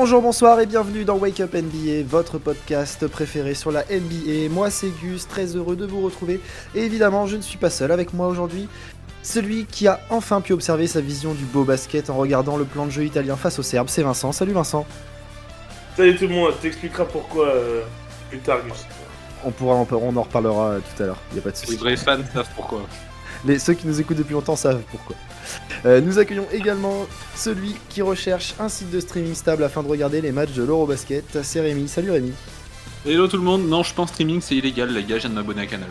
Bonjour, bonsoir et bienvenue dans Wake Up NBA, votre podcast préféré sur la NBA. Moi c'est Gus, très heureux de vous retrouver. Et évidemment, je ne suis pas seul avec moi aujourd'hui. Celui qui a enfin pu observer sa vision du beau basket en regardant le plan de jeu italien face aux Serbes, c'est Vincent. Salut Vincent. Salut tout le monde, t'expliqueras pourquoi plus tard, Gus. On en reparlera tout à l'heure, il n'y a pas de souci. Les vrais fans savent pourquoi. Ceux qui nous écoutent depuis longtemps savent pourquoi. Nous accueillons également celui qui recherche un site de streaming stable afin de regarder les matchs de l'Eurobasket. C'est Rémi. Salut Rémi. Hello tout le monde, non je pense streaming c'est illégal les gars, je viens de m'abonner à Canal.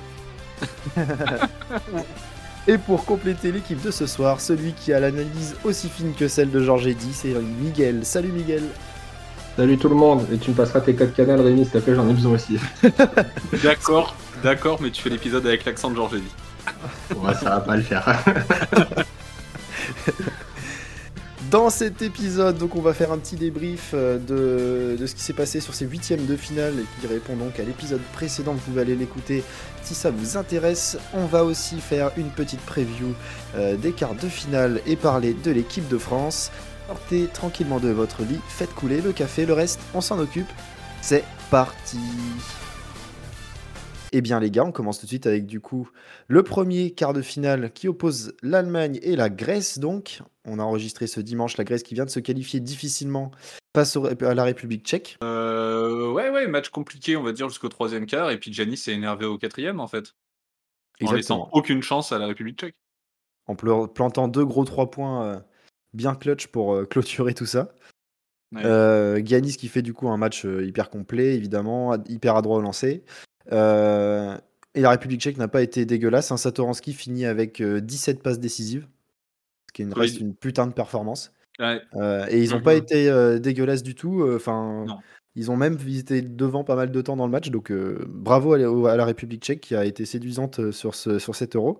Et pour compléter l'équipe de ce soir, celui qui a l'analyse aussi fine que celle de Georges Eddy, c'est Miguel. Salut Miguel. Salut tout le monde, et tu me passeras tes codes Canal, Rémi, s'il te plaît, j'en ai besoin aussi. D'accord, mais tu fais l'épisode avec l'accent de Georges Eddy. Ouais, ça va pas le faire. Dans cet épisode, donc on va faire un petit débrief de ce qui s'est passé sur ces huitièmes de finale et qui répond donc à l'épisode précédent. Vous pouvez aller l'écouter si ça vous intéresse. On va aussi faire une petite preview des quarts de finale et parler de l'équipe de France. Sortez tranquillement de votre lit, faites couler le café, le reste on s'en occupe. C'est parti. Eh bien les gars, on commence tout de suite avec du coup le premier quart de finale qui oppose l'Allemagne et la Grèce. Donc, on a enregistré ce dimanche la Grèce qui vient de se qualifier difficilement face à la République tchèque. Ouais, match compliqué on va dire jusqu'au troisième quart et puis Giannis s'est énervé au quatrième en fait. En laissant aucune chance à la République tchèque. En plantant 2 gros 3 points bien clutch pour clôturer tout ça. Ouais. Giannis qui fait du coup un match hyper complet, évidemment, hyper adroit au lancer. Et la République tchèque n'a pas été dégueulasse. Satoransky finit avec 17 passes décisives, ce qui reste une putain de performance. Ouais. Et ils n'ont pas été dégueulasses du tout. Ils étaient devant pas mal de temps dans le match. Donc bravo à la République tchèque qui a été séduisante sur cet Euro.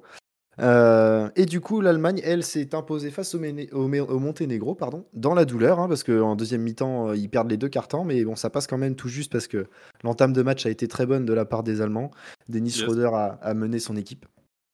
Et du coup, l'Allemagne, elle, s'est imposée face au Monténégro, dans la douleur, parce qu'en deuxième mi-temps, ils perdent les 2 quarts-temps, mais bon, ça passe quand même tout juste parce que l'entame de match a été très bonne de la part des Allemands. Dennis Schröder a mené son équipe.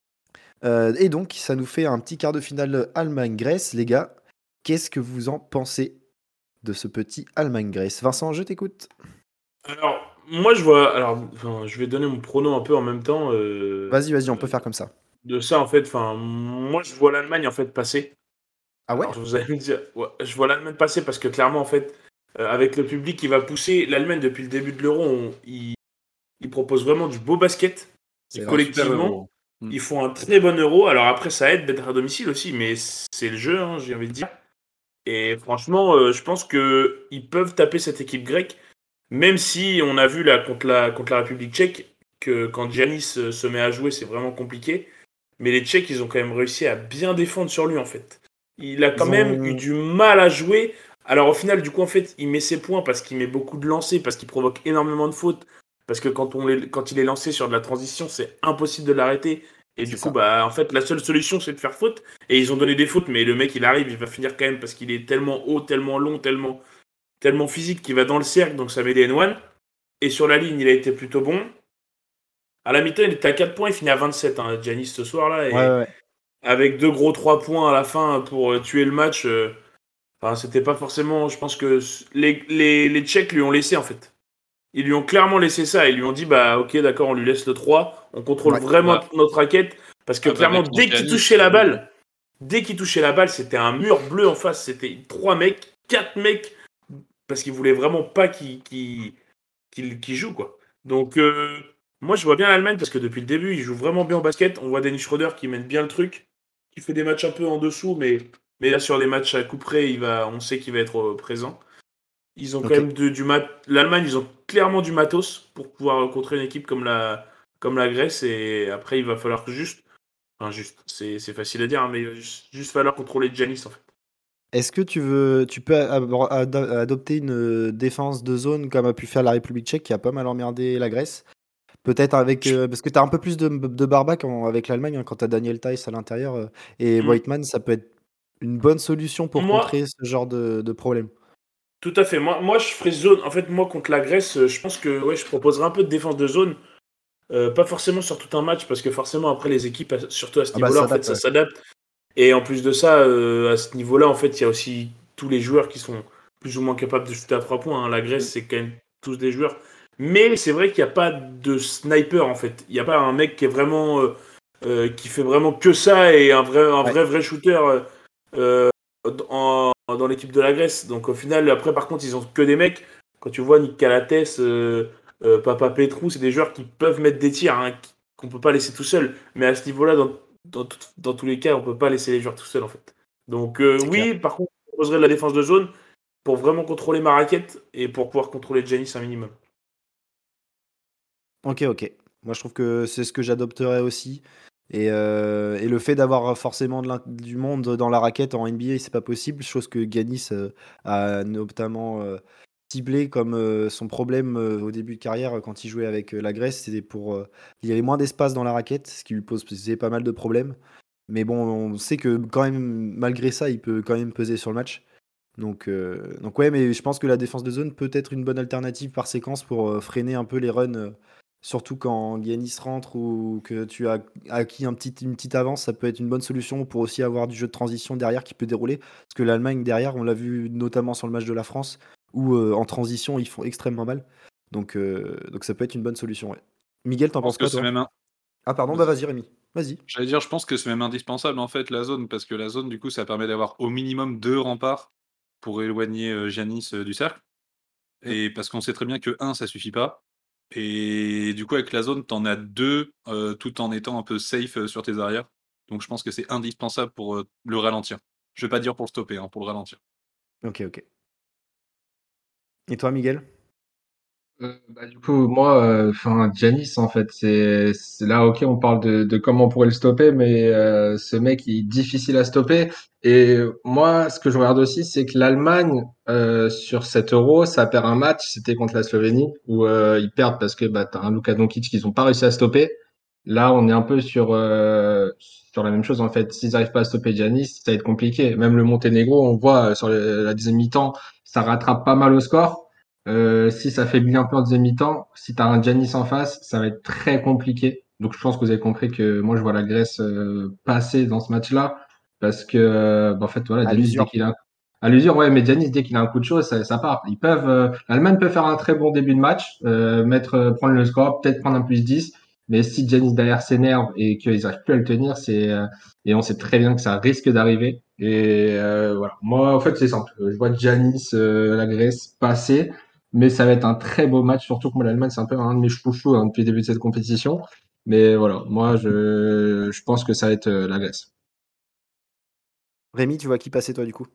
Et donc, ça nous fait un petit quart de finale Allemagne-Grèce. Les gars, qu'est-ce que vous en pensez de ce petit Allemagne-Grèce? Vincent, je t'écoute. Alors, moi je vois. Je vais donner mon prono un peu en même temps. Vas-y, on peut faire comme ça. De ça, en fait, moi je vois l'Allemagne en fait passer. Ah ouais? Alors, vous allez me dire, ouais, je vois l'Allemagne passer parce que clairement, en fait, avec le public qui va pousser, l'Allemagne depuis le début de l'Euro, ils proposent vraiment du beau basket. Et collectivement, ils font un très bon Euro. Alors après, ça aide d'être à domicile aussi, mais c'est le jeu, j'ai envie de dire. Et franchement, je pense qu'ils peuvent taper cette équipe grecque, même si on a vu là contre la République tchèque que quand Giannis se met à jouer, c'est vraiment compliqué. Mais les Tchèques, ils ont quand même réussi à bien défendre sur lui, en fait. Il a quand même eu du mal à jouer. Alors au final, du coup, en fait, il met ses points parce qu'il met beaucoup de lancers, parce qu'il provoque énormément de fautes. Parce que quand il est lancé sur de la transition, c'est impossible de l'arrêter. Et du coup, en fait, la seule solution, c'est de faire faute. Et ils ont donné des fautes, mais le mec, il arrive, il va finir quand même parce qu'il est tellement haut, tellement long, tellement physique qu'il va dans le cercle, donc ça met des N1. Et sur la ligne, il a été plutôt bon. À la mi-temps, il était à 4 points, il finit à 27, Giannis, ce soir-là. Et ouais. Avec 2 gros 3 points à la fin pour tuer le match, c'était pas forcément... Je pense que les Tchèques lui ont laissé, en fait. Ils lui ont clairement laissé ça. Ils lui ont dit, ok, d'accord, on lui laisse le 3. On contrôle vraiment notre raquette. Parce que clairement, dès qu'il touchait la balle, c'était un mur bleu en face. C'était 3 mecs, 4 mecs. Parce qu'ils voulaient vraiment pas qu'il joue, quoi. Donc... moi, je vois bien l'Allemagne parce que depuis le début, ils jouent vraiment bien au basket. On voit Dennis Schröder qui mène bien le truc, qui fait des matchs un peu en dessous, mais là, sur les matchs à coup près, on sait qu'il va être présent. Ils ont quand même l'Allemagne, ils ont clairement du matos pour pouvoir contrer une équipe comme la Grèce. Et après, il va falloir c'est facile à dire, mais il va juste falloir contrôler Giannis, en fait. Est-ce que tu peux adopter une défense de zone comme a pu faire la République tchèque qui a pas mal emmerdé la Grèce? Peut-être avec parce que tu as un peu plus de barbac avec l'Allemagne quand tu as Daniel Theis à l'intérieur et Whiteman, ça peut être une bonne solution pour contrer ce genre de problème. Tout à fait. Moi, je ferais zone. En fait, moi, contre la Grèce, je pense que je proposerais un peu de défense de zone. Pas forcément sur tout un match, parce que forcément, après, les équipes, surtout à ce niveau-là, en fait, ça s'adapte. Et en plus de ça, à ce niveau-là, en fait, il y a aussi tous les joueurs qui sont plus ou moins capables de shooter à 3 points. La Grèce, c'est quand même tous des joueurs. Mais c'est vrai qu'il n'y a pas de sniper, en fait. Il n'y a pas un mec qui est vraiment... qui fait vraiment que ça et un vrai shooter dans l'équipe de la Grèce. Donc au final, après, par contre, ils ont que des mecs. Quand tu vois Nick Calates, Papa Petrou, c'est des joueurs qui peuvent mettre des tirs, qu'on peut pas laisser tout seul. Mais à ce niveau-là, dans tous les cas, on peut pas laisser les joueurs tout seuls, en fait. Donc oui, par contre, je proposerais de la défense de zone pour vraiment contrôler ma raquette et pour pouvoir contrôler Giannis un minimum. Ok. Moi, je trouve que c'est ce que j'adopterais aussi. Et le fait d'avoir forcément du monde dans la raquette en NBA, c'est pas possible. Chose que Giannis a notamment ciblé comme son problème au début de carrière quand il jouait avec la Grèce. C'était il y avait moins d'espace dans la raquette, ce qui lui posait pas mal de problèmes. Mais bon, on sait que quand même, malgré ça, il peut quand même peser sur le match. Donc ouais, mais je pense que la défense de zone peut être une bonne alternative par séquence pour freiner un peu les runs, surtout quand Giannis rentre ou que tu as acquis une petite avance, ça peut être une bonne solution pour aussi avoir du jeu de transition derrière qui peut dérouler. Parce que l'Allemagne derrière, on l'a vu notamment sur le match de la France, où en transition ils font extrêmement mal. Donc ça peut être une bonne solution. Ouais. Miguel, t'en Je pense penses que quoi c'est toi? même un... Ah pardon, bah vas-y Rémi, vas-y. J'allais dire, je pense que c'est même indispensable en fait la zone, parce que la zone, du coup, ça permet d'avoir au minimum 2 remparts pour éloigner Giannis du cercle. Mm. Et parce qu'on sait très bien que 1, ça suffit pas. Et du coup, avec la zone, t'en as 2 tout en étant un peu safe sur tes arrières. Donc je pense que c'est indispensable pour le ralentir. Je vais pas dire pour le stopper, pour le ralentir. Ok. Et toi Miguel? Du coup, moi, Giannis, en fait, c'est là, ok, on parle de comment on pourrait le stopper, mais ce mec, il est difficile à stopper. Et moi, ce que je regarde aussi, c'est que l'Allemagne, sur cet Euro, ça perd un match, c'était contre la Slovénie, où ils perdent parce que t'as un Luka Doncic qu'ils ont pas réussi à stopper. Là, on est un peu sur la même chose, en fait. S'ils n'arrivent pas à stopper Giannis, ça va être compliqué. Même le Monténégro, on voit sur la deuxième mi-temps, ça rattrape pas mal au score. Si ça fait bien un peu en deuxième mi-temps, si tu as un Giannis en face, ça va être très compliqué. Donc je pense que vous avez compris que moi je vois la Grèce passer dans ce match-là parce que en fait voilà, À Giannis dès l'usure. qu'il a à l'usure, ouais, mais Giannis dès qu'il a un coup de chaud, ça part. L'Allemagne peut faire un très bon début de match, prendre le score, peut-être prendre un +10, mais si Giannis derrière s'énerve et qu'ils n'arrivent plus à le tenir, et on sait très bien que ça risque d'arriver. Et voilà, moi en fait c'est simple. Je vois Giannis, la Grèce passer. Mais ça va être un très beau match, surtout que moi, l'Allemagne, c'est un peu un de mes chouchous depuis le début de cette compétition. Mais voilà, moi, je pense que ça va être la Grèce. Rémi, tu vois qui passer toi du coup?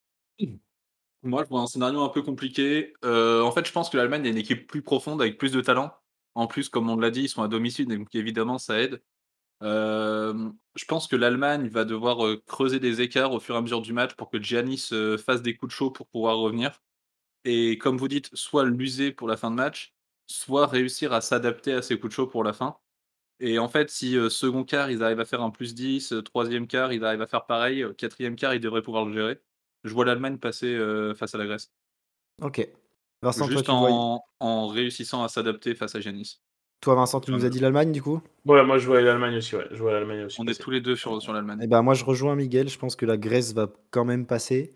Moi, je vois un scénario un peu compliqué. En fait, je pense que l'Allemagne est une équipe plus profonde avec plus de talent. En plus, comme on l'a dit, ils sont à domicile, donc évidemment, ça aide. Je pense que l'Allemagne va devoir creuser des écarts au fur et à mesure du match pour que Giannis fasse des coups de chaud pour pouvoir revenir. Et comme vous dites, soit l'user pour la fin de match, soit réussir à s'adapter à ces coups de chaud pour la fin. Et en fait, si second quart, ils arrivent à faire un +10, troisième quart, ils arrivent à faire pareil, quatrième quart, ils devraient pouvoir le gérer. Je vois l'Allemagne passer face à la Grèce. Ok. Vincent, Juste en réussissant à s'adapter face à Giannis. toi Vincent, tu nous as dit l'Allemagne du coup? Ouais, moi je vois l'Allemagne aussi, ouais. Je vois l'Allemagne aussi On est passer. tous les deux sur l'Allemagne. Eh ben moi je rejoins Miguel, je pense que la Grèce va quand même passer.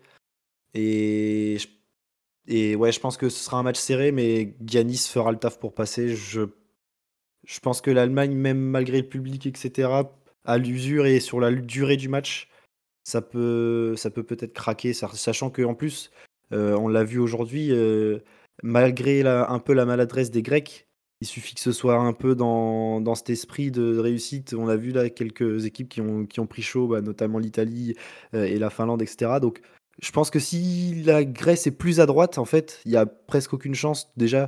Et, ouais, je pense que ce sera un match serré, mais Giannis fera le taf pour passer. Je pense que l'Allemagne, même malgré le public, etc., à l'usure et sur la durée du match, ça peut peut-être craquer, sachant qu'en plus, on l'a vu aujourd'hui, malgré un peu la maladresse des Grecs, il suffit que ce soit un peu dans cet esprit de réussite. On a vu là quelques équipes qui ont pris chaud, bah, notamment l'Italie et la Finlande, etc. Donc, je pense que si la Grèce est plus à droite, en fait, il y a presque aucune chance déjà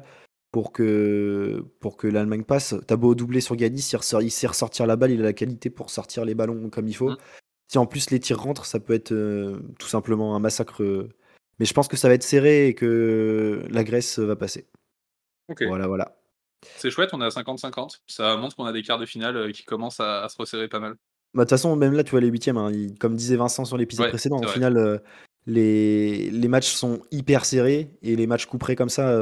pour que l'Allemagne passe. T'as beau doubler sur Giannis, il sait ressortir la balle, il a la qualité pour sortir les ballons comme il faut. Mmh. Si en plus les tirs rentrent, ça peut être tout simplement un massacre. Mais je pense que ça va être serré et que la Grèce va passer. OK. Voilà. C'est chouette, on est à 50-50. Ça montre qu'on a des quarts de finale qui commencent à se resserrer pas mal. Bah, de toute façon, même là, tu vois les huitièmes, hein, comme disait Vincent sur l'épisode Ouais, précédent, c'est au vrai. final, les matchs sont hyper serrés et les matchs couperés comme ça,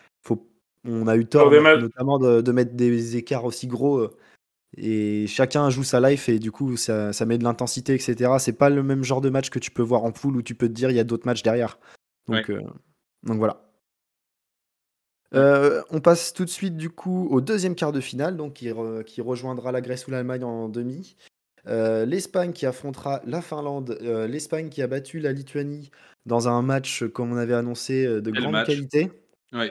on a eu Sur tort, des matchs, notamment de mettre des écarts aussi gros. Et chacun joue sa life et du coup, ça met de l'intensité, etc. C'est pas le même genre de match que tu peux voir en poule où tu peux te dire il y a d'autres matchs derrière. Donc, Ouais. Donc voilà. On passe tout de suite du coup au deuxième quart de finale, donc qui rejoindra la Grèce ou l'Allemagne en demi. L'Espagne qui affrontera la Finlande. L'Espagne qui a battu la Lituanie dans un match, comme on avait annoncé, de Quel grande match. qualité. Ouais.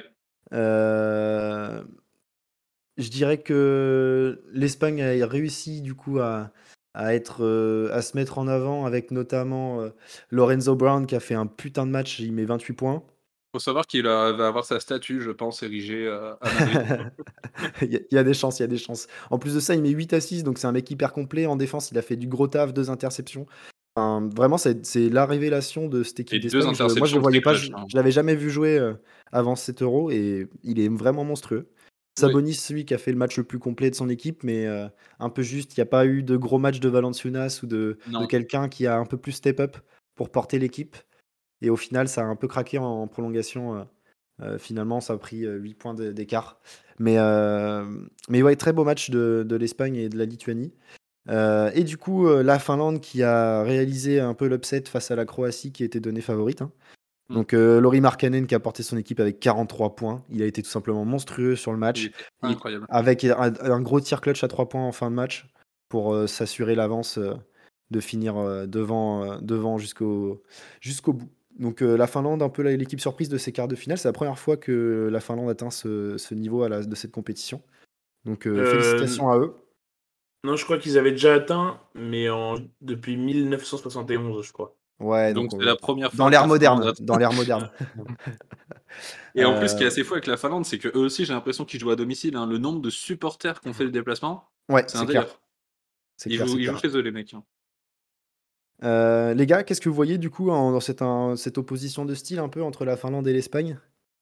Je dirais que l'Espagne a réussi du coup à se mettre en avant avec notamment Lorenzo Brown qui a fait un putain de match, il met 28 points. Faut savoir qu'il va avoir sa statue, je pense, érigée à Madrid. Il y a des chances, il y a des chances. En plus de ça, il met 8 assists, donc c'est un mec hyper complet. En défense, il a fait du gros taf, 2 interceptions. Enfin, vraiment, c'est la révélation de cette équipe Et 2 d'Espagne. Moi, je le interceptions voyais très pas, clutch, hein. je l'avais jamais vu jouer avant cet Euro et il est vraiment monstrueux. Oui. Sabonis, celui qui a fait le match le plus complet de son équipe, mais un peu juste. Il n'y a pas eu de gros match de Valanciunas ou de Non. quelqu'un qui a un peu plus step up pour porter l'équipe. Et au final, ça a un peu craqué en prolongation. Finalement, ça a pris 8 points d'écart. Mais ouais, très beau match de l'Espagne et de la Lituanie. Et du coup, la Finlande qui a réalisé un peu l'upset face à la Croatie qui était donnée favorite, hein. Donc Lauri Markkanen qui a porté son équipe avec 43 points. Il a été tout simplement monstrueux sur le Il match. était incroyable. Avec un gros tir clutch à 3 points en fin de match pour s'assurer l'avance de finir devant jusqu'au bout. Donc la Finlande, un peu l'équipe surprise de ces quarts de finale. C'est la première fois que la Finlande atteint ce niveau de cette compétition. Donc félicitations à eux. Non, je crois qu'ils avaient déjà atteint, mais depuis 1971, je crois. Ouais, Donc donc c'est la première dans fois que l'ère la Finlande moderne. rate. Dans l'ère moderne. Et en plus, ce qui est assez fou avec la Finlande, c'est que eux aussi, j'ai l'impression qu'ils jouent à domicile, hein. Le nombre de supporters qui ont fait le déplacement, Ouais, c'est un c'est clair. délire. C'est Ils clair, c'est jouent clair. chez eux, les mecs, hein. Les gars, qu'est-ce que vous voyez du coup dans cette opposition de style un peu entre la Finlande et l'Espagne?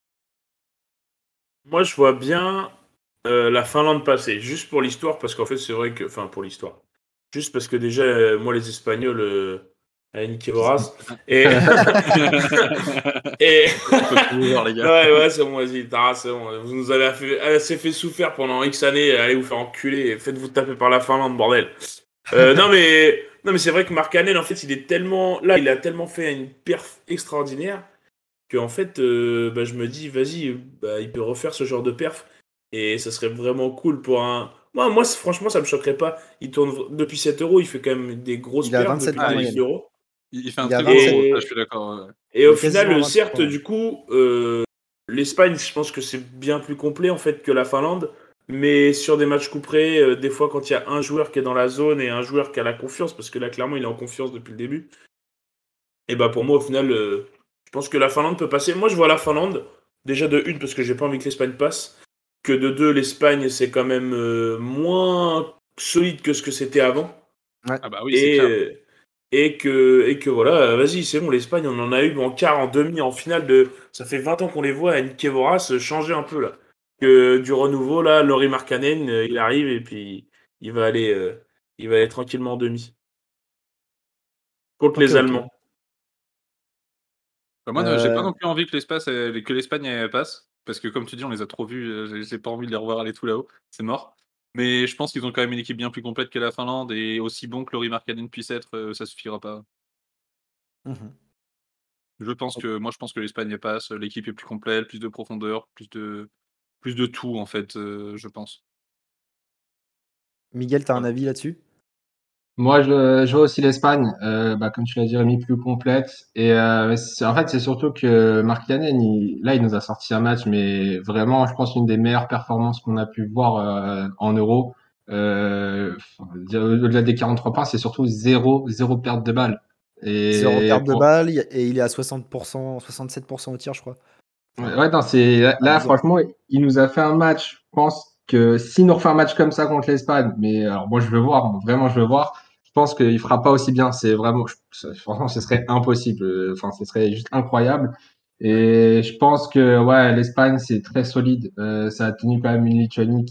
Moi, je vois bien la Finlande passer, juste pour l'histoire, parce qu'en fait, c'est vrai que. Enfin, pour l'histoire. Juste parce que déjà, moi, les Espagnols, à niquer vos races. Et. et... Faut tout vous voir, les gars. ouais, c'est bon, vas-y, c'est bon. Vous nous avez assez fait souffrir pendant X années, allez vous faire enculer, et faites-vous taper par la Finlande, bordel. Non, mais c'est vrai que Markkanen, en fait, il est tellement. Là, il a tellement fait une perf extraordinaire que en fait, je me dis, vas-y, il peut refaire ce genre de perf et ça serait vraiment cool pour un. Moi, franchement, ça me choquerait pas. Il tourne depuis 7 euros, il fait quand même des grosses Il a perfs 27 depuis le points en début de moyenne. l'Euro. Il fait un Il a très gros 27. Euro, ça, je suis d'accord. Ouais. Et Il au est quasiment à final, 23, certes, ouais. du coup, l'Espagne, je pense que c'est bien plus complet en fait que la Finlande. Mais sur des matchs couperés, des fois, quand il y a un joueur qui est dans la zone et un joueur qui a la confiance, parce que là, clairement, il est en confiance depuis le début. Et pour moi, au final, je pense que la Finlande peut passer. Moi, je vois la Finlande, déjà de une, parce que j'ai pas envie que l'Espagne passe, que de deux, l'Espagne, c'est quand même moins solide que ce que c'était avant. Ouais. Ah bah oui, c'est clair. Et que voilà, vas-y, c'est bon, l'Espagne, on en a eu en quart, en demi, en finale de. Ça fait 20 ans qu'on les voit à Nick Voras changer un peu là. Que du renouveau, là, Lauri Markkanen, il arrive et puis il va aller tranquillement en demi. Contre Ok, les ok. Allemands. Bah, moi, j'ai pas non plus envie que l'Espagne elle passe, parce que comme tu dis, on les a trop vus, j'ai pas envie de les revoir aller tout là-haut, c'est mort. Mais je pense qu'ils ont quand même une équipe bien plus complète que la Finlande et aussi bon que Lauri Markkanen puisse être, ça suffira pas. Mhm. Moi, je pense que l'Espagne elle passe, l'équipe est plus complète, plus de profondeur, plus de tout en fait, je pense. Miguel, t'as un Voilà. avis là-dessus? Moi, je vois aussi l'Espagne, comme tu l'as dit, Rémi, plus complète. Et en fait, c'est surtout que Markkanen, là, il nous a sorti un match, mais vraiment, je pense, une des meilleures performances qu'on a pu voir en Euro. Au-delà des 43 points, c'est surtout zéro perte de balle. Zéro Et perte de balle et il est à 60%, 67% au tir, je crois. Enfin, ouais, non, c'est là, abusé. franchement, il nous a fait un match. Je pense que s'il nous refait un match comme ça contre l'Espagne, mais alors moi je veux voir, vraiment je veux voir. Je pense qu'il fera pas aussi bien. C'est vraiment, franchement, ce serait impossible. Enfin, ce serait juste incroyable. Et je pense que ouais, l'Espagne c'est très solide. Ça a tenu quand même une Lituanie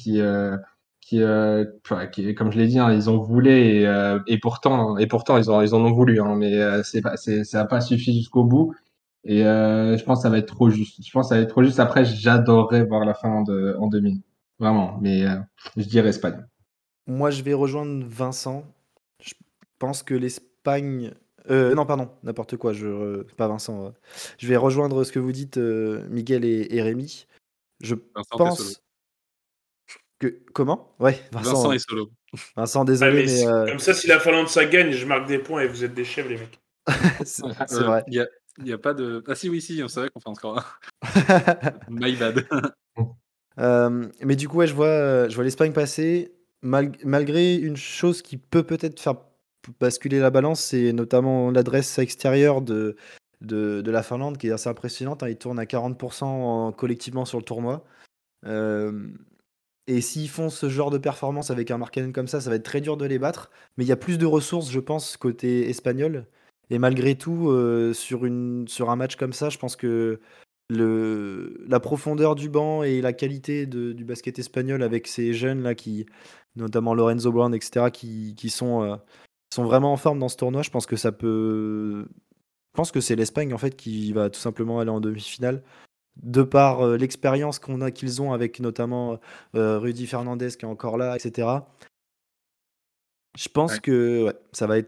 comme je l'ai dit, hein, ils ont voulu et pourtant ils en ont voulu. Hein, mais ça a pas suffi jusqu'au bout. Et je pense que ça va être trop juste. Je pense que ça va être trop juste. Après, j'adorerais voir la Finlande en demi. Vraiment. Mais je dirais Espagne. Moi, je vais rejoindre Vincent. Je pense que l'Espagne Non, pardon, n'importe quoi, pas Vincent. Je vais rejoindre ce que vous dites, Miguel et Rémi. Je Vincent, t'es solo. pense que. Comment? Ouais, Vincent est solo. Vincent, Ah, désolé, mais mais comme ça, si la Finlande ça gagne, je marque des points et vous êtes des chefs, les mecs. c'est vrai. Il y a pas de. Ah si, oui, si, on savait qu'on fait un score. My bad. Mais du coup, ouais, je vois l'Espagne passer. Malgré une chose qui peut peut-être faire basculer la balance, c'est notamment l'adresse extérieure de la Finlande qui est assez impressionnante, hein. Ils tournent à 40% collectivement sur le tournoi. Euh, et s'ils font ce genre de performance avec un Markkanen comme ça va être très dur de les battre. Mais il y a plus de ressources, je pense, côté espagnol. Et malgré tout, sur un match comme ça, je pense que la profondeur du banc et la qualité du basket espagnol avec ces jeunes là notamment Lorenzo Brown, etc., qui sont vraiment en forme dans ce tournoi, je pense que je pense que c'est l'Espagne en fait qui va tout simplement aller en demi-finale de par l'expérience qu'ils ont avec notamment Rudy Fernandez qui est encore là, etc. Je pense Ouais. que ouais,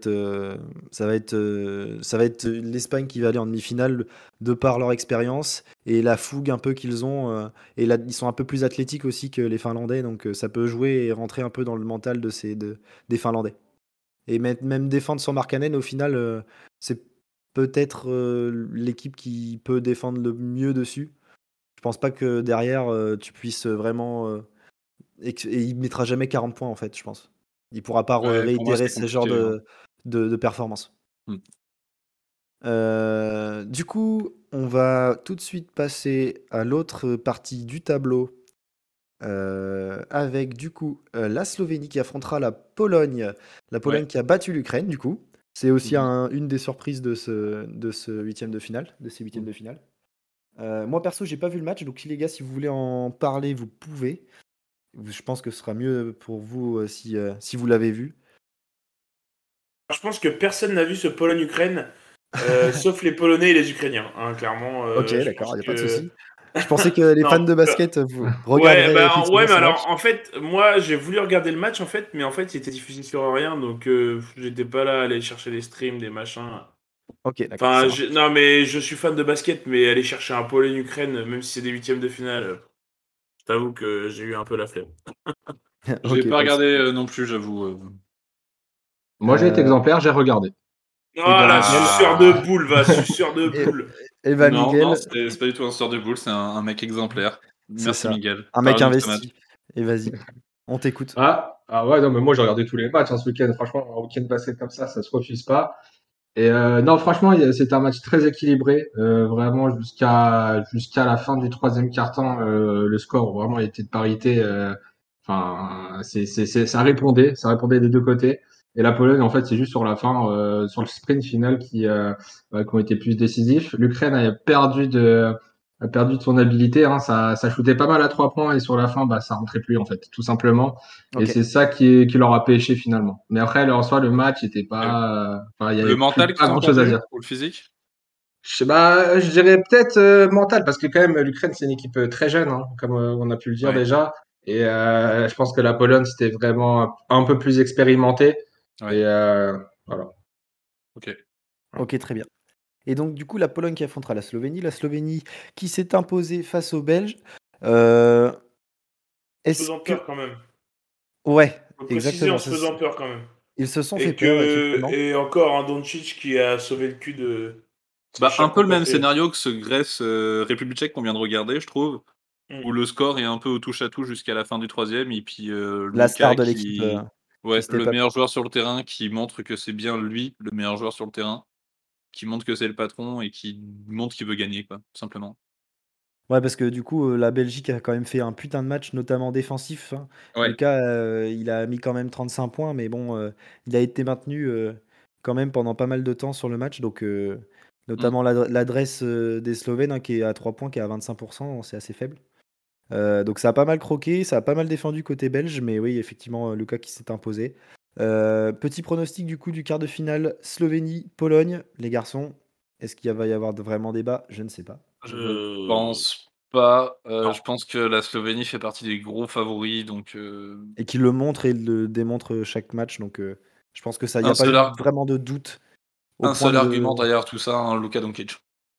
ça va être l'Espagne qui va aller en demi-finale de par leur expérience et la fougue un peu qu'ils ont. Et là, ils sont un peu plus athlétiques aussi que les Finlandais, donc ça peut jouer et rentrer un peu dans le mental des Finlandais. Et même défendre sans Markkanen, au final, c'est peut-être l'équipe qui peut défendre le mieux dessus. Je pense pas que derrière, tu puisses vraiment. Et il mettra jamais 40 points, en fait, je pense. Il pourra pas Ouais, pour moi, réitérer c'est ce genre compliqué. de performance. Hmm. Du coup, on va tout de suite passer à l'autre partie du tableau. Avec du coup la Slovénie qui affrontera la Pologne. La Pologne Ouais. qui a battu l'Ukraine, du coup. C'est aussi Mhm. une des surprises de ce huitième de finale, de ces huitièmes de finale. Moi perso, j'ai pas vu le match, donc les gars, si vous voulez en parler, vous pouvez. Je pense que ce sera mieux pour vous si vous l'avez vu. Je pense que personne n'a vu ce Pologne-Ukraine, sauf les Polonais et les Ukrainiens, hein, clairement. Ok, Je d'accord, pense il n'y a pas de que. souci. Je pensais que les fans Non, de basket vous ouais, regarderaient bah, effectivement ouais, mais ce match. alors, en fait, moi, j'ai voulu regarder le match, en fait, mais en fait, il était diffusé sur rien, donc j'étais pas là à aller chercher des streams, des machins. Ok, d'accord, Enfin, ça marche. non, mais je suis fan de basket, mais aller chercher un Pologne-Ukraine, même si c'est des huitièmes de finale, je t'avoue que j'ai eu un peu la flemme. J'ai Ok, pas pas de regardé souci. non plus, j'avoue. Moi, j'ai été Euh, exemplaire, j'ai regardé. et ben Voilà, Miguel, suceur de Ah. boule, va, suceur de et, boule. et ben Non, non, Miguel, c'est pas du tout un sort de boule, c'est un mec exemplaire. c'est Merci ça. Miguel. Un mec Parle-nous de ce match. investi. Et vas-y, on t'écoute. Ah ouais, non, mais moi, j'ai regardé tous les matchs ce week-end. Franchement, un week-end basket comme ça se refuse pas. Et non, franchement, c'était un match très équilibré. Vraiment, jusqu'à la fin du troisième quart-temps, le score vraiment était de parité. Enfin, ça répondait des deux côtés. Et la Pologne, en fait, c'est juste sur la fin, sur le sprint final qui ont été plus décisifs. L'Ukraine a perdu de son habilité. Hein, ça shootait pas mal à 3 points et sur la fin, bah, ça rentrait plus en fait, tout simplement. Et Ok. c'est ça qui leur a pêché finalement. Mais après, en soi, le match était Et pas, enfin, il y le avait mental qui pas t'ont grand-chose à perdu dire. ou le physique? Je dirais peut-être mental, parce que quand même l'Ukraine c'est une équipe très jeune, hein, comme on a pu le dire Ouais, déjà. Et je pense que la Pologne c'était vraiment un peu plus expérimenté. ouais, Et voilà. ok. Ok, très bien. Et donc, du coup, la Pologne qui affrontera la Slovénie qui s'est imposée face aux Belges. Euh, En se Est-ce faisant que. peur quand même. Ouais, Faut préciser en exactement. se faisant peur quand même. Ils se sont fait Et peur, que effectivement. et encore un Doncic qui a sauvé le cul de ses Bah, un chers peu le même compatriotes. scénario que ce Grèce République tchèque qu'on vient de regarder, je trouve, où Mm. le score est un peu au touche-à-tout jusqu'à la fin du troisième, et puis La star Lucas de l'équipe qui ouais, le step up. meilleur joueur sur le terrain, qui montre que c'est bien lui, le meilleur joueur sur le terrain, qui montre que c'est le patron et qui montre qu'il veut gagner, quoi, tout simplement. Ouais, parce que du coup, la Belgique a quand même fait un putain de match, notamment défensif, hein. Ouais. Lucas, il a mis quand même 35 points, mais bon, il a été maintenu quand même pendant pas mal de temps sur le match. Donc, Mm. notamment l'adresse des Slovènes, hein, qui est à 3 points, qui est à 25%, c'est assez faible. Donc, ça a pas mal croqué, ça a pas mal défendu côté belge, mais oui, effectivement, Lucas qui s'est imposé. Petit pronostic du coup du quart de finale Slovénie-Pologne, les garçons. Est-ce qu'il va y avoir vraiment débat? Je ne sais pas. Je pense pas. Je Non. pense que la Slovénie fait partie des gros favoris, donc Et qui le montre et le démontre chaque match. Donc, je pense que ça, il n'y un a pas eu seul ar vraiment de doute Un seul argument derrière tout ça, Luka Doncic.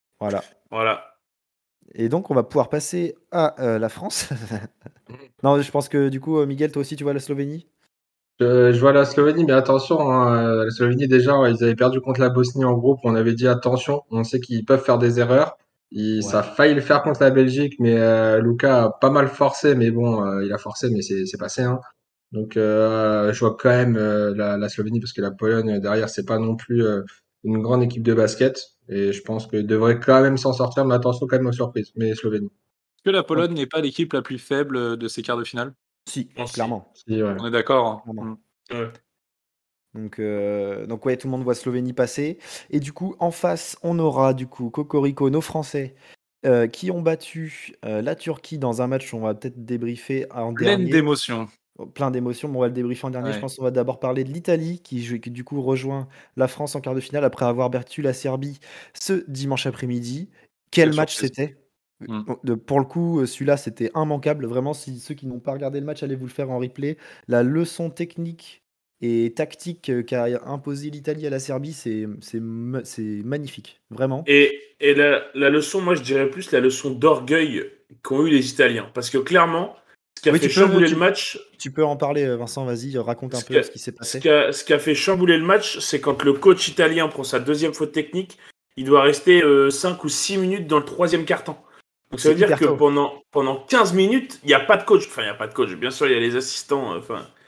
Voilà. Et donc, on va pouvoir passer à la France. Non, je pense que du coup, Miguel, toi aussi, tu vois la Slovénie? Je vois la Slovénie, mais attention, la Slovénie, déjà, ils avaient perdu contre la Bosnie en groupe. On avait dit attention, on sait qu'ils peuvent faire des erreurs. Ça a failli le faire contre la Belgique, mais Luka a pas mal forcé, mais bon, il a forcé, mais c'est passé. Hein. Donc, je vois quand même la Slovénie, parce que la Pologne, derrière, c'est pas non plus une grande équipe de basket. Et je pense qu'ils devraient quand même s'en sortir, mais attention quand même aux surprises. Mais Slovénie. Est-ce que la Pologne n'est pas l'équipe la plus faible de ces quarts de finale? Si, clairement. Si, ouais. On est d'accord. Ouais. Donc ouais, tout le monde voit Slovénie passer. Et du coup, en face, on aura du coup Cocorico, nos Français, qui ont battu la Turquie dans un match. On va peut-être débriefer en Pleine dernier. d'émotions. Plein d'émotions, mais on va le débriefer en dernier. Je pense qu'on va d'abord parler de l'Italie, qui du coup rejoint la France en quart de finale après avoir battu la Serbie ce dimanche après-midi. Quel match c'était! Pour le coup, celui-là, c'était immanquable. Vraiment, si ceux qui n'ont pas regardé le match, allez vous le faire en replay. La leçon technique et tactique qu'a imposé l'Italie à la Serbie, c'est magnifique, vraiment. Et la leçon, moi, je dirais plus la leçon d'orgueil qu'ont eu les Italiens. Parce que clairement, ce qui a fait chambouler le match. Tu peux en parler, Vincent, vas-y, raconte un peu ce qui s'est passé. Ce qui a fait chambouler le match, c'est quand le coach italien prend sa deuxième faute technique, il doit rester 5 ou 6 minutes dans le troisième quart-temps. Donc ça veut dire que pendant 15 minutes, il n'y a pas de coach. Enfin, il n'y a pas de coach. Bien sûr, il y a les assistants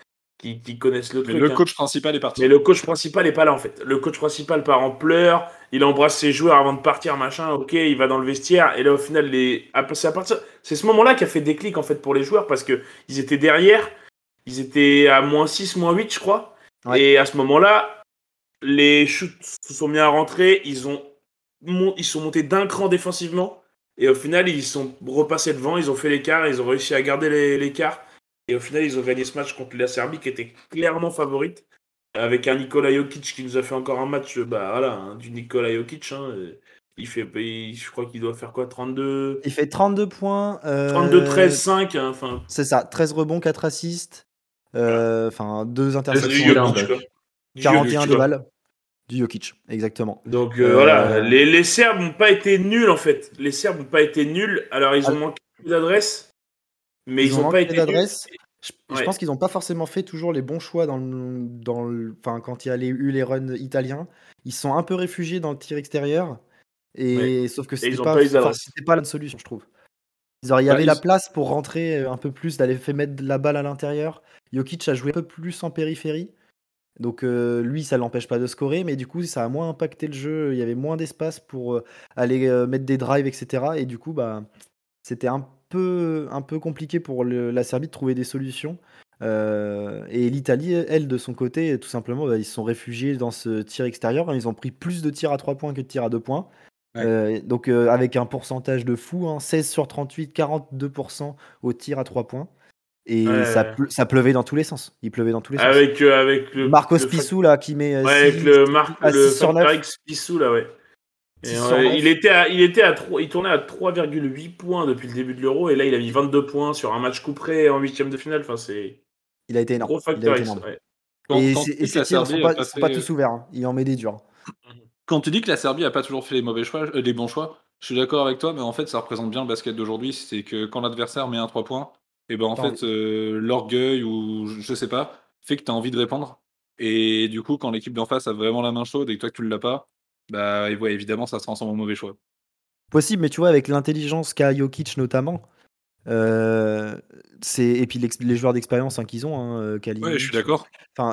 qui connaissent le truc. Mais le coach principal est parti. Mais le coach principal n'est pas là, en fait. Le coach principal part en pleurs, il embrasse ses joueurs avant de partir, machin. Ok, il va dans le vestiaire. Et là, au final, c'est ce moment-là qui a fait déclic, en fait, pour les joueurs, parce qu'ils étaient derrière. Ils étaient à -6, -8, je crois. Ouais. Et à ce moment-là, les shoots se sont mis à rentrer. Ils sont montés d'un cran défensivement. Et au final, ils sont repassés devant. Ils ont fait l'écart. Ils ont réussi à garder l'écart. Et au final, ils ont gagné ce match contre la Serbie, qui était clairement favorite. Avec un Nikola Jokic qui nous a fait encore un match du Nikola Jokic. Je crois qu'il doit faire quoi, 32. Il fait 32 points. 32, 13, 5. Enfin. C'est ça, 13 rebonds, 4 assists. Enfin, 2 interceptions. Du Jokic, quoi. 41 de balles. Du Jokic, exactement. Donc voilà, les Serbes n'ont pas été nuls, en fait. Les Serbes n'ont pas été nuls. Alors, ils ont manqué d'adresse. Mais ils n'ont pas été d'adresse. Je pense qu'ils n'ont pas forcément fait toujours les bons choix quand il y a eu les runs italiens. Ils sont un peu réfugiés dans le tir extérieur. Sauf que c'était pas la solution, je trouve. Il y avait la place pour rentrer un peu plus, d'aller mettre la balle à l'intérieur. Jokic a joué un peu plus en périphérie. Donc lui, ça l'empêche pas de scorer, mais du coup, ça a moins impacté le jeu. Il y avait moins d'espace pour aller mettre des drives, etc. Et du coup, c'était un peu compliqué pour la Serbie de trouver des solutions. Et l'Italie, elle, de son côté, tout simplement, ils se sont réfugiés dans ce tir extérieur. Ils ont pris plus de tirs à 3 points que de tirs à 2 points. Donc avec un pourcentage de fou, 16 sur 38, 42% au tir à 3 points. Et ça pleuvait dans tous les sens. Il pleuvait dans tous les sens. Avec le Marcos Pissou là qui met avec le Factor X Pissou là, ouais. Il tournait à 3,8 points depuis le début de l'Euro, et là il a mis 22 points sur un match coup près en 8e de finale. Enfin, il a été énorme. Gros Factor X. Ouais. Et ses tirs sont pas tous ouverts. Il en met des durs. Quand tu dis que la Serbie a pas toujours fait les bons choix, je suis d'accord avec toi, mais en fait ça représente bien le basket d'aujourd'hui. C'est que quand l'adversaire met un 3 points, et l'orgueil ou je sais pas fait que tu as envie de répondre. Et du coup, quand l'équipe d'en face a vraiment la main chaude et que toi tu l'as pas, évidemment ça se transforme en mauvais choix. Possible, mais tu vois, avec l'intelligence qu'a Jokic notamment, et puis les joueurs d'expérience qu'ils ont, Kalinic. Ouais, je suis d'accord. Enfin,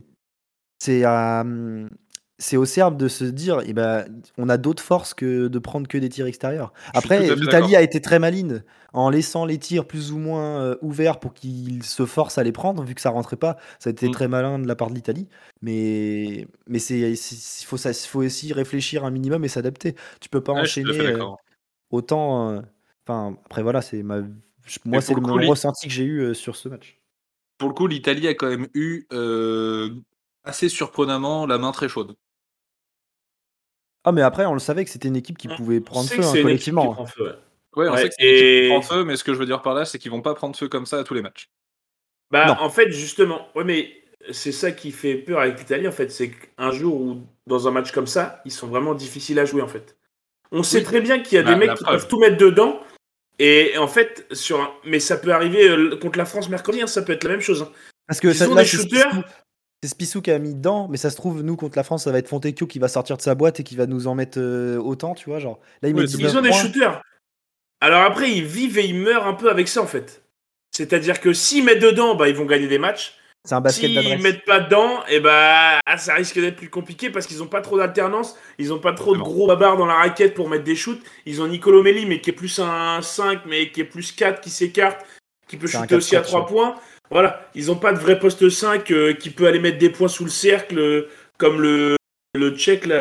c'est aux Serbes de se dire, on a d'autres forces que de prendre que des tirs extérieurs. Après, l'Italie a été très maligne en laissant les tirs plus ou moins ouverts pour qu'ils se forcent à les prendre, vu que ça rentrait pas. Ça a été très malin de la part de l'Italie. Mais il faut aussi réfléchir un minimum et s'adapter. Tu peux pas enchaîner autant. Après voilà, c'est moi c'est mon ressenti que j'ai eu sur ce match. Pour le coup, l'Italie a quand même eu assez surprenamment la main très chaude. Ah, mais après, on le savait que c'était une équipe qui pouvait prendre feu collectivement. On sait que c'est une équipe qui prend feu, mais ce que je veux dire par là, c'est qu'ils vont pas prendre feu comme ça à tous les matchs. En fait, justement, mais c'est ça qui fait peur avec l'Italie, en fait. C'est qu'un jour où, dans un match comme ça, ils sont vraiment difficiles à jouer, en fait. On sait très bien qu'il y a des mecs qui peuvent tout mettre dedans. Et en fait, mais ça peut arriver contre la France mercredi, ça peut être la même chose. Parce que ils ont des shooters. C'est Spissou qui a mis dedans, mais ça se trouve, nous, contre la France, ça va être Fontecchio qui va sortir de sa boîte et qui va nous en mettre autant, tu vois. Genre, là, ils ont des shooters. Alors après, ils vivent et ils meurent un peu avec ça, en fait. C'est-à-dire que s'ils mettent dedans, ils vont gagner des matchs. C'est un basket d'adresse. S'ils mettent pas dedans, ça risque d'être plus compliqué parce qu'ils ont pas trop d'alternance, ils ont pas trop de gros babards dans la raquette pour mettre des shoots. Ils ont Nicolo Melli, mais qui est plus un 5, mais qui est plus 4, qui s'écarte, qui peut shooter aussi à 3 points. Voilà, ils ont pas de vrai poste 5 qui peut aller mettre des points sous le cercle, comme le Tchèque, là,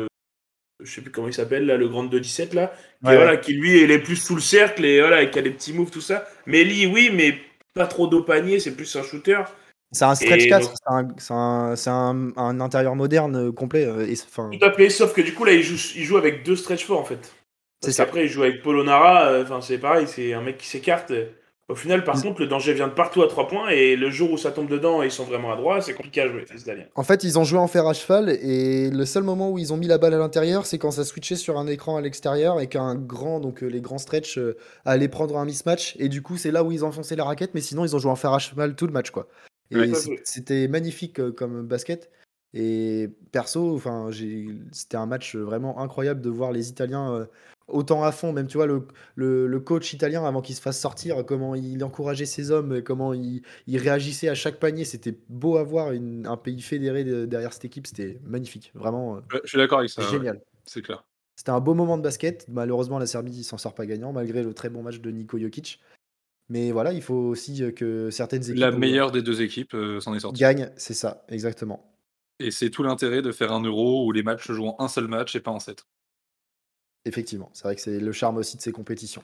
je sais plus comment il s'appelle, là, le grand de 17, là, qui lui, il est plus sous le cercle et voilà, qui a des petits moves, tout ça. Melli, oui, mais pas trop d'eau panier, c'est plus un shooter. C'est un stretch 4, c'est un intérieur moderne complet. Tout à fait, sauf que du coup, là, il joue avec 2 stretch 4 en fait. Parce qu'après, il joue avec Polonara, c'est pareil, c'est un mec qui s'écarte. Au final, par contre, le danger vient de partout à 3 points, et le jour où ça tombe dedans et ils sont vraiment à droite, c'est compliqué à jouer, les Italiens. En fait, ils ont joué en fer à cheval, et le seul moment où ils ont mis la balle à l'intérieur, c'est quand ça switchait sur un écran à l'extérieur, et qu'un grand, donc les grands stretch, allaient prendre un mismatch, et du coup, c'est là où ils enfonçaient la raquette, mais sinon, ils ont joué en fer à cheval tout le match, quoi. Et c'était magnifique comme basket. Et perso, c'était un match vraiment incroyable de voir les Italiens autant à fond. Même, tu vois, le coach italien, avant qu'il se fasse sortir, comment il encourageait ses hommes, comment il réagissait à chaque panier. C'était beau à voir, un pays fédéré derrière cette équipe. C'était magnifique, vraiment. Je suis d'accord avec ça. Génial. Ouais. C'est clair. C'était un beau moment de basket. Malheureusement, la Serbie s'en sort pas gagnant, malgré le très bon match de Niko Jokic. Mais voilà, il faut aussi que certaines équipes... La meilleure des deux équipes s'en est sortie. Gagne, c'est ça, exactement. Et c'est tout l'intérêt de faire un Euro où les matchs se jouent en un seul match et pas en 7. Effectivement, c'est vrai que c'est le charme aussi de ces compétitions.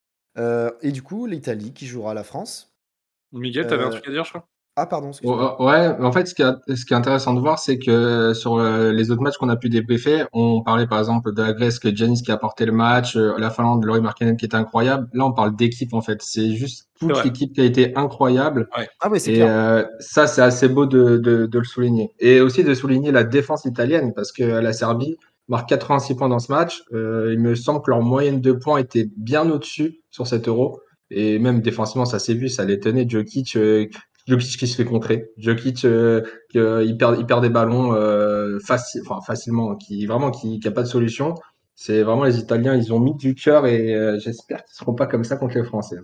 Et du coup, l'Italie qui jouera la France. Miguel, t'avais un truc à dire, je crois? Ah, pardon, excuse-moi. Ouais, en fait, ce qui est intéressant de voir, c'est que sur les autres matchs qu'on a pu débriefer, on parlait par exemple de la Grèce, que Giannis qui a porté le match, la Finlande, Lauri Markkanen qui était incroyable. Là, on parle d'équipe en fait. C'est juste toute l'équipe qui a été incroyable. Ouais. Ah oui, c'est clair. Ça, c'est assez beau de le souligner. Et aussi de souligner la défense italienne, parce que la Serbie marque 86 points dans ce match. Il me semble que leur moyenne de points était bien au-dessus sur cet Euro. Et même défensivement, ça s'est vu, ça les tenait. Jokic qui se fait contrer, Jokic il perd des ballons facilement, qui a pas de solution. C'est vraiment les Italiens, ils ont mis du cœur et j'espère qu'ils seront pas comme ça contre les Français.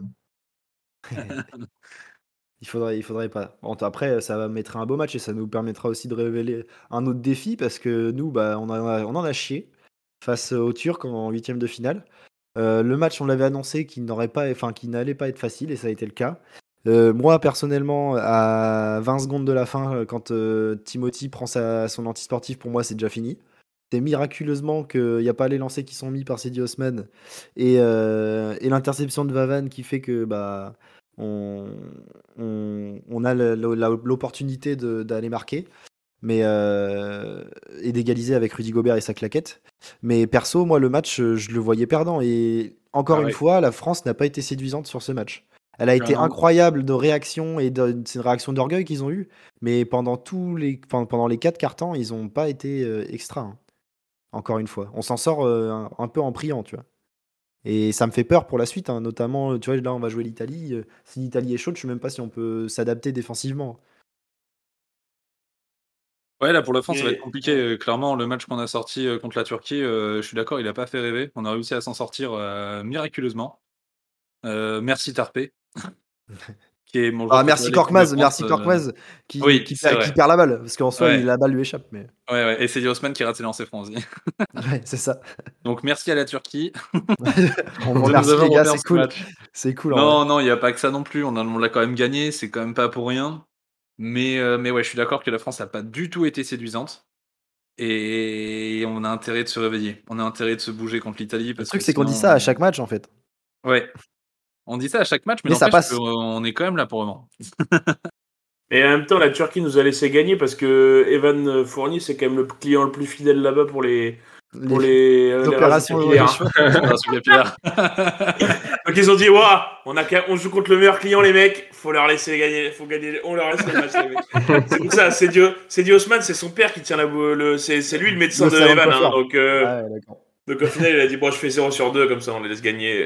Il faudrait pas. Bon, après, ça va mettre un beau match et ça nous permettra aussi de révéler un autre défi parce que nous, on en a chié face aux Turcs en 8e de finale. Le match, on l'avait annoncé qu'il n'allait pas être facile et ça a été le cas. Moi, personnellement, à 20 secondes de la fin, quand Timothy prend son antisportif, pour moi, c'est déjà fini. C'est miraculeusement qu'il n'y a pas les lancers qui sont mis par Sedi Osman et l'interception de Vavan qui fait que on a l'opportunité d'aller marquer et d'égaliser avec Rudy Gobert et sa claquette. Mais perso, moi, le match, je le voyais perdant. Et encore une fois, la France n'a pas été séduisante sur ce match. Elle a été incroyable de réaction et c'est une réaction d'orgueil qu'ils ont eue. Mais pendant les 4 quarts-temps, ils n'ont pas été extra. Hein. Encore une fois. On s'en sort un peu en priant, tu vois. Et ça me fait peur pour la suite, hein, notamment, tu vois, là, on va jouer l'Italie. Si l'Italie est chaude, je ne sais même pas si on peut s'adapter défensivement. Ouais, là, pour la France, ça va être compliqué. Clairement, le match qu'on a sorti contre la Turquie, je suis d'accord, il n'a pas fait rêver. On a réussi à s'en sortir miraculeusement. Merci Tarpé. Qui est mon merci Korkmaz qui perd la balle, parce qu'en soi, la balle lui échappe. Mais... Ouais, et c'est Osman qui rate ses lancers francs aussi. Ouais, c'est ça. Donc merci à la Turquie. On vous remercie les gars, c'est cool. C'est cool. Non, il n'y a pas que ça non plus. On l'a quand même gagné, c'est quand même pas pour rien. Mais ouais, je suis d'accord que la France n'a pas du tout été séduisante. Et on a intérêt de se réveiller. On a intérêt de se bouger contre l'Italie. Le truc, c'est qu'on dit ça à chaque match, en fait. Ouais. On dit ça à chaque match, mais ça passe. On est quand même là pour vraiment. Et en même temps, la Turquie nous a laissé gagner parce que Evan Fournier, c'est quand même le client le plus fidèle là-bas pour les opérations capillaires. Donc ils ont dit, on joue contre le meilleur client, les mecs, faut leur laisser gagner, on leur laisse le match, les mecs. C'est pour ça, c'est dit Haussmann, c'est son père qui tient c'est lui le médecin de Evan, hein, donc au final il a dit, bon, je fais 0 sur 2, comme ça on les laisse gagner.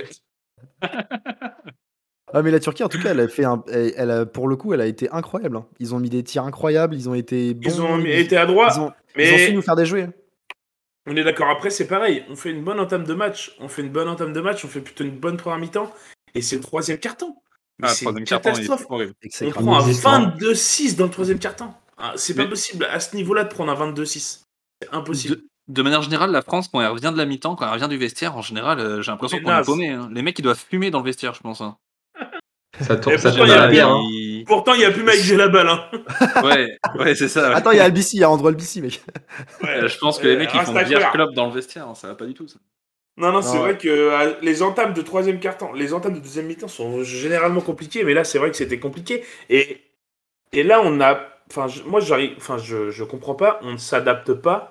Ah, mais la Turquie, en tout cas, elle a fait pour le coup, elle a été incroyable. Hein. Ils ont mis des tirs incroyables, ils ont été bons. Ils ont été adroits, ils ont su nous faire des jeux. On est d'accord, après c'est pareil, on fait une bonne entame de match, on fait plutôt une bonne première mi-temps, et c'est le troisième quart-temps. Mais c'est une catastrophe. On prend un 22-6 dans le troisième quart-temps. C'est pas possible à ce niveau-là de prendre un 22-6. C'est impossible. De manière générale, la France, quand elle revient de la mi-temps, quand elle revient du vestiaire, en général, j'ai l'impression qu'on est paumé. Hein. Les mecs, ils doivent fumer dans le vestiaire, je pense. Hein. Ça tourne à la bière. Pourtant, il n'y a plus Mike Gelabal. Hein. Ouais, c'est ça. Ouais. Attends, il y a Albissi, il y a Andrew Albissi, mec. Ouais, je pense que les mecs, ils font bière club dans le vestiaire. Hein. Ça va pas du tout, ça. Non, c'est vrai que les entames de troisième quart-temps, les entames de deuxième mi-temps sont généralement compliquées, mais là, c'est vrai que c'était compliqué. Et là, on a... je comprends pas, on ne s'adapte pas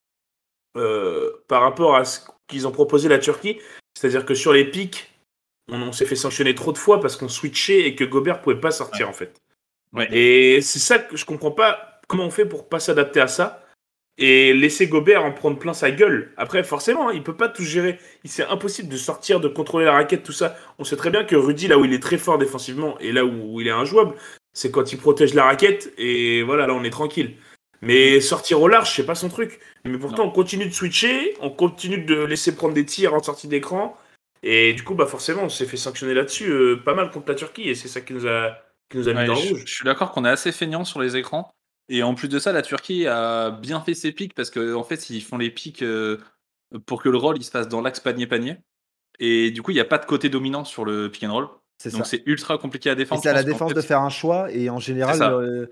par rapport à ce qu'ils ont proposé la Turquie. C'est-à-dire que sur les pics, on s'est fait sanctionner trop de fois parce qu'on switchait et que Gobert pouvait pas sortir, en fait. Ouais. Et c'est ça que je comprends pas, comment on fait pour pas s'adapter à ça et laisser Gobert en prendre plein sa gueule. Après, forcément, il peut pas tout gérer. C'est impossible de sortir, de contrôler la raquette, tout ça. On sait très bien que Rudy, là où il est très fort défensivement et là où il est injouable, c'est quand il protège la raquette et voilà, là on est tranquille. Mais sortir au large, c'est pas son truc. Mais pourtant, on continue de switcher, on continue de laisser prendre des tirs en sortie d'écran. Et du coup, forcément, on s'est fait sanctionner là-dessus pas mal contre la Turquie. Et c'est ça qui nous a mis dans le rouge. Je suis d'accord qu'on est assez feignant sur les écrans. Et en plus de ça, la Turquie a bien fait ses pics parce qu'en fait, ils font les pics pour que le roll il se fasse dans l'axe panier-panier. Et du coup, il n'y a pas de côté dominant sur le pick and roll. Donc c'est ultra compliqué à défendre. Et c'est à la défense de faire un choix. Et en général,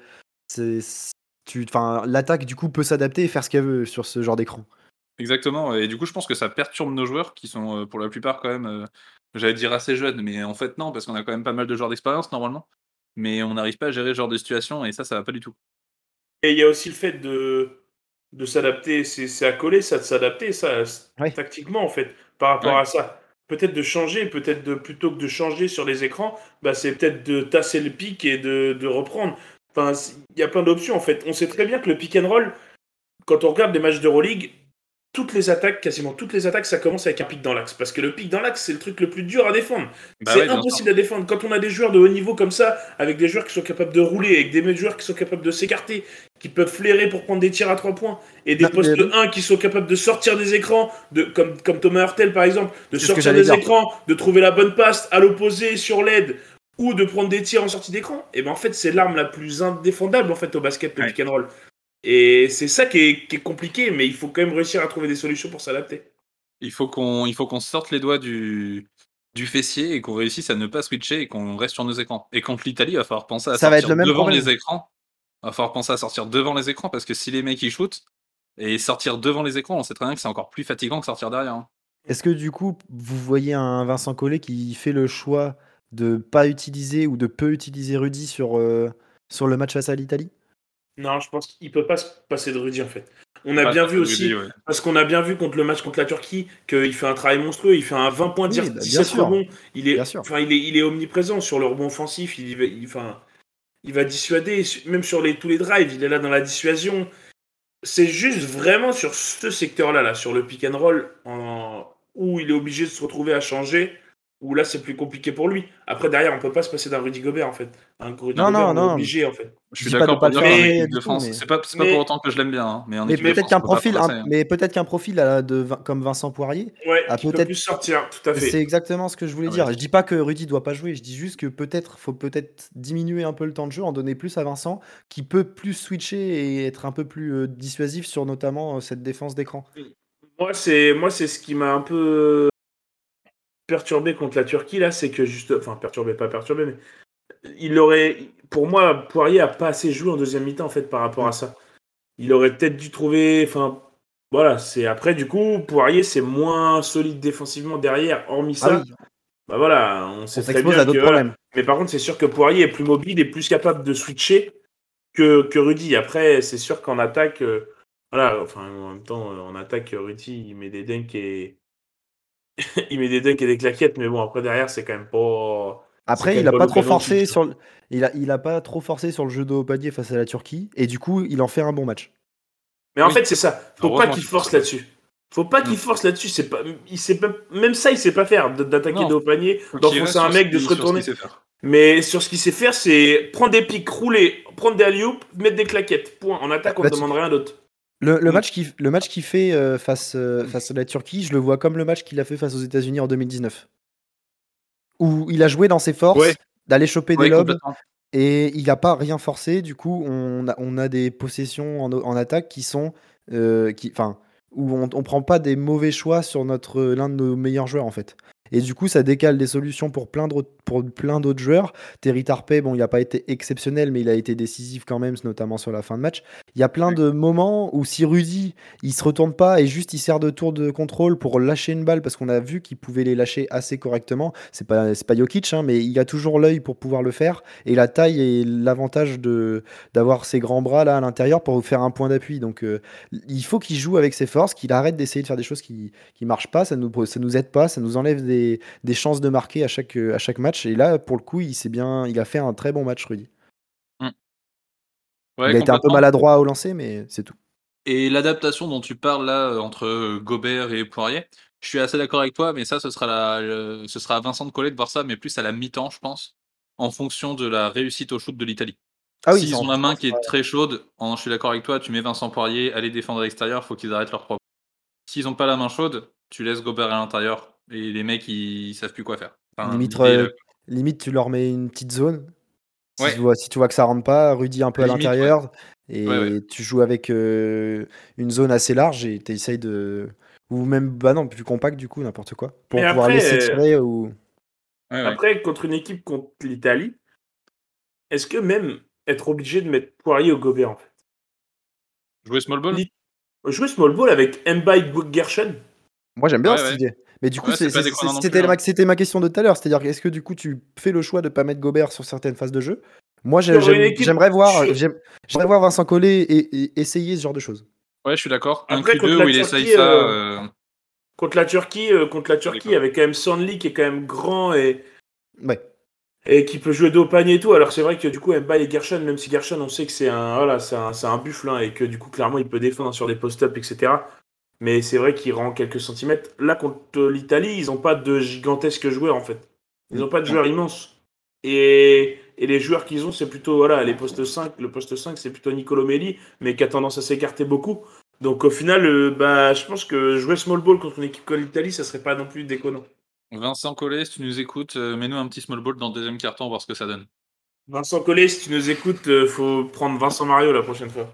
l'attaque du coup peut s'adapter et faire ce qu'elle veut sur ce genre d'écran. Exactement. Et du coup, je pense que ça perturbe nos joueurs qui sont pour la plupart quand même, j'allais dire assez jeunes, mais en fait non, parce qu'on a quand même pas mal de joueurs d'expérience normalement. Mais on n'arrive pas à gérer ce genre de situation et ça va pas du tout. Et il y a aussi le fait de s'adapter, c'est à coller ça, de s'adapter ça, tactiquement en fait, par rapport à ça. Peut-être de changer, plutôt que de changer sur les écrans, c'est peut-être de tasser le pic et de reprendre. Enfin, il y a plein d'options en fait. On sait très bien que le pick and roll, quand on regarde des matchs d'Euroleague, quasiment toutes les attaques, ça commence avec un pic dans l'axe. Parce que le pic dans l'axe, c'est le truc le plus dur à défendre. C'est impossible à défendre. Quand on a des joueurs de haut niveau comme ça, avec des joueurs qui sont capables de rouler, avec des joueurs qui sont capables de s'écarter, qui peuvent flairer pour prendre des tirs à 3 points, et des postes 1 qui sont capables de sortir des écrans, comme Thomas Hurtel par exemple, de sortir des écrans, de trouver la bonne passe à l'opposé sur l'aide, ou de prendre des tirs en sortie d'écran, et en fait, c'est l'arme la plus indéfendable en fait au basket, le pick and roll. Et c'est ça qui est compliqué, mais il faut quand même réussir à trouver des solutions pour s'adapter. Il faut qu'on sorte les doigts du fessier et qu'on réussisse à ne pas switcher et qu'on reste sur nos écrans. Et contre l'Italie, il va falloir penser à sortir devant les écrans. Il va falloir penser à sortir devant les écrans parce que si les mecs ils shootent et sortir devant les écrans, on sait très bien que c'est encore plus fatigant que sortir derrière. Hein. Est-ce que du coup, vous voyez un Vincent Collet qui fait le choix de pas utiliser ou de peu utiliser Rudy sur le match face à l'Italie ? Non, je pense qu'il peut pas se passer de Rudy en fait. On a bien vu aussi, parce qu'on a bien vu contre le match contre la Turquie, qu'il fait un travail monstrueux, il fait un 20 points, 17 rebonds. Il est omniprésent sur le rebond offensif, il va dissuader, même sur tous les drives, il est là dans la dissuasion. C'est juste vraiment sur ce secteur-là, sur le pick and roll, où il est obligé de se retrouver à changer, où là c'est plus compliqué pour lui. Après derrière on peut pas se passer d'un Rudy Gobert en fait. Un Rudy Gobert on est obligé en fait. Je suis d'accord pour dire qu'en équipe de France, c'est pas pour autant que je l'aime bien. Hein, mais peut-être qu'un profil, comme Vincent Poirier, qui peut plus sortir, tout à fait. C'est exactement ce que je voulais dire. Je dis pas que Rudy doit pas jouer, je dis juste que faut peut-être diminuer un peu le temps de jeu, en donner plus à Vincent, qui peut plus switcher et être un peu plus dissuasif sur notamment cette défense d'écran. Moi c'est ce qui m'a un peu perturbé contre la Turquie là, c'est que mais pour moi, Poirier a pas assez joué en deuxième mi-temps en fait par rapport à ça. Il aurait peut-être dû trouver, c'est après du coup Poirier c'est moins solide défensivement derrière, hormis ça. On sait très bien que mais par contre c'est sûr que Poirier est plus mobile et plus capable de switcher que Rudy. Après c'est sûr qu'en attaque, en même temps en attaque Rudy il met des dunks et il met des dunks et des claquettes, mais bon, après derrière, c'est quand même pas. Après, il a pas trop forcé sur le... il a pas trop forcé sur le jeu de haut panier face à la Turquie, et du coup, il en fait un bon match. Mais en fait, c'est ça. Faut pas qu'il force là-dessus. Faut pas qu'il force là-dessus. C'est pas, même ça, il sait pas faire d'attaquer de haut panier, d'enfoncer un mec, de se retourner. Mais sur ce qu'il sait faire, c'est prendre des pics, rouler, prendre des alley-oops, mettre des claquettes. Point. En attaque, on ne demande rien d'autre. Le match qu'il fait face à la Turquie, je le vois comme le match qu'il a fait face aux États-Unis en 2019. Où il a joué dans ses forces d'aller choper des lobes et il n'a pas rien forcé. Du coup, on a des possessions en attaque qui sont. Où on prend pas des mauvais choix sur l'un de nos meilleurs joueurs en fait. Et du coup, ça décale des solutions pour plein d'autres joueurs. Terry Tarpey, bon, il n'a pas été exceptionnel, mais il a été décisif quand même, notamment sur la fin de match. Il y a plein de moments où si Rudy, il se retourne pas et juste il sert de tour de contrôle pour lâcher une balle, parce qu'on a vu qu'il pouvait les lâcher assez correctement. C'est pas Jokic, hein, mais il a toujours l'œil pour pouvoir le faire. Et la taille et l'avantage d'avoir ses grands bras là à l'intérieur pour faire un point d'appui. Donc il faut qu'il joue avec ses forces, qu'il arrête d'essayer de faire des choses qui marchent pas, ça nous aide pas, ça nous enlève des chances de marquer à chaque match. Et là, pour le coup, il a fait un très bon match, Rudy. Ouais, il a été un peu maladroit au lancer, mais c'est tout. Et l'adaptation dont tu parles là entre Gobert et Poirier, je suis assez d'accord avec toi, mais ça, ce sera à Vincent de Collet de voir ça, mais plus à la mi-temps, je pense, en fonction de la réussite au shoot de l'Italie. S'ils ont la main qui est très chaude, je suis d'accord avec toi, tu mets Vincent Poirier, aller défendre à l'extérieur, faut qu'ils arrêtent leur propre. S'ils ont pas la main chaude, tu laisses Gobert à l'intérieur et les mecs ils savent plus quoi faire. Limite, tu leur mets une petite zone. Si tu vois que ça rentre pas, Rudy un peu à l'intérieur et tu joues avec une zone assez large et tu essayes de. Ou même, plus compact du coup, n'importe quoi. Pour pouvoir laisser tirer ou. Après, contre une équipe contre l'Italie, est-ce que même être obligé de mettre Poirier au Gobert en fait? Jouer small ball? Jouer small ball avec Mbaye Gershon? Moi j'aime bien cette idée. Mais du coup, c'était ma question de tout à l'heure. C'est-à-dire, est-ce que du coup, tu fais le choix de pas mettre Gobert sur certaines phases de jeu? Moi, j'aimerais voir Vincent Collet et essayer ce genre de choses. Ouais, je suis d'accord. Un Q2 où il essaye ça. Contre la Turquie, avec quand même Sandli qui est quand même grand et qui peut jouer de haut panier et tout. Alors c'est vrai que du coup, Mbaye et Gershon, même si Gershon, on sait que c'est un buffle et que du coup, clairement, il peut défendre sur des post-up, etc. Mais c'est vrai qu'il rend quelques centimètres. Là, contre l'Italie, ils n'ont pas de gigantesques joueurs, en fait. Ils n'ont pas de joueurs immenses. Et les joueurs qu'ils ont, c'est plutôt, les postes 5. Le poste 5, c'est plutôt Nicolo Melli, mais qui a tendance à s'écarter beaucoup. Donc au final, je pense que jouer small ball contre une équipe comme l'Italie, ça serait pas non plus déconnant. Vincent Collet, si tu nous écoutes, mets-nous un petit small ball dans le deuxième quart-temps, voir ce que ça donne. Vincent Collet, si tu nous écoutes, faut prendre Vincent Mario la prochaine fois.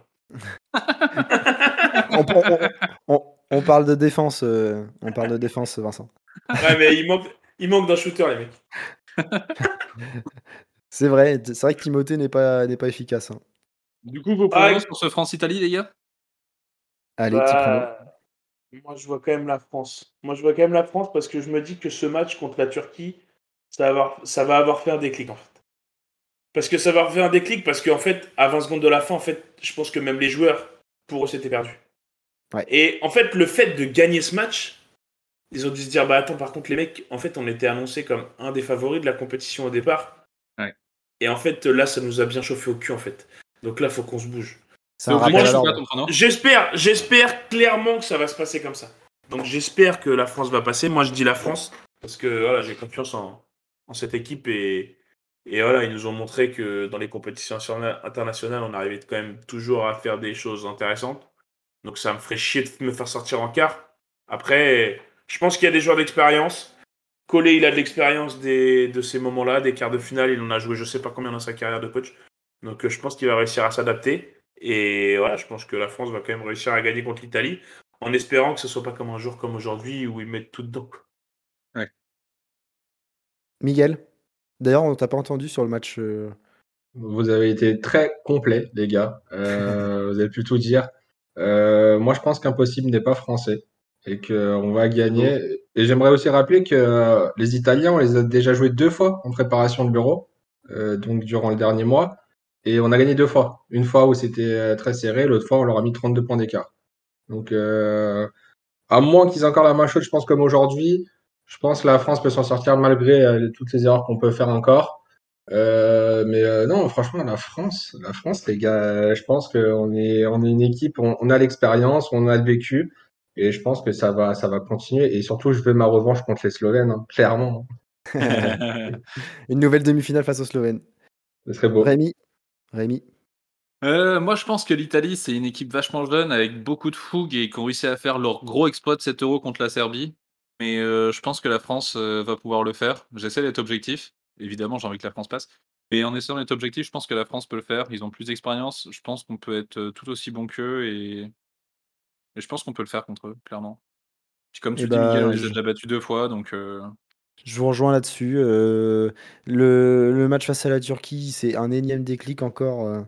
On parle de défense, Vincent. Ouais, mais il manque d'un shooter, les mecs. C'est vrai que Timothée n'est pas efficace. Hein. Du coup, vos pronostics pour ce France-Italie, les gars? Allez, petit prono. Moi, je vois quand même la France. Parce que je me dis que ce match contre la Turquie, ça va avoir fait un déclic, en fait. Parce que ça va faire un déclic, parce qu'en fait, à 20 secondes de la fin, en fait, je pense que même les joueurs, pour eux, c'était perdu. Ouais. Et en fait, le fait de gagner ce match, ils ont dû se dire, attends, par contre, les mecs, en fait, on était annoncé comme un des favoris de la compétition au départ. Ouais. Et en fait, là, ça nous a bien chauffé au cul, en fait. Donc là, faut qu'on se bouge. J'espère clairement que ça va se passer comme ça. Donc j'espère que la France va passer. Moi, je dis la France, parce que j'ai confiance en cette équipe et ils nous ont montré que dans les compétitions internationales, on arrivait quand même toujours à faire des choses intéressantes. Donc ça me ferait chier de me faire sortir en quart. Après, je pense qu'il y a des joueurs d'expérience. Collet, il a de l'expérience de ces moments-là, des quarts de finale. Il en a joué je sais pas combien dans sa carrière de coach. Donc je pense qu'il va réussir à s'adapter. Et je pense que la France va quand même réussir à gagner contre l'Italie, en espérant que ce soit pas comme un jour comme aujourd'hui où ils mettent tout dedans. Ouais. Miguel, d'ailleurs, on t'a pas entendu sur le match. Vous avez été très complet, les gars. Vous avez pu tout dire. Moi, je pense qu'Impossible n'est pas français et qu'on va gagner. Et j'aimerais aussi rappeler que les Italiens, on les a déjà joués 2 fois en préparation de l'Euro, donc durant le dernier mois. Et on a gagné 2 fois. Une fois où c'était très serré, l'autre fois, on leur a mis 32 points d'écart. Donc, à moins qu'ils aient encore la main chaude, je pense, comme aujourd'hui, Je pense que la France peut s'en sortir malgré toutes les erreurs qu'on peut faire encore. Mais non, franchement, la France, les gars, je pense on est une équipe, on a l'expérience, on a le vécu, et je pense que ça va continuer. Et surtout, je veux ma revanche contre les Slovènes, hein, clairement. Une nouvelle demi-finale face aux Slovènes. Ce serait beau. Rémi. Moi, je pense que l'Italie, c'est une équipe vachement jeune, avec beaucoup de fougue et qui ont réussi à faire leur gros exploit de 7 € contre la Serbie. Mais je pense que la France va pouvoir le faire. J'essaie d'être objectif. Évidemment, j'ai envie que la France passe. Mais en essayant d'être objectif, je pense que la France peut le faire. Ils ont plus d'expérience. Je pense qu'on peut être tout aussi bon qu'eux et je pense qu'on peut le faire contre eux, clairement. Puis comme Et tu dis, Miguel, on bah, les a déjà battus 2 fois, donc je vous rejoins là-dessus. Le match face à la Turquie, c'est un énième déclic encore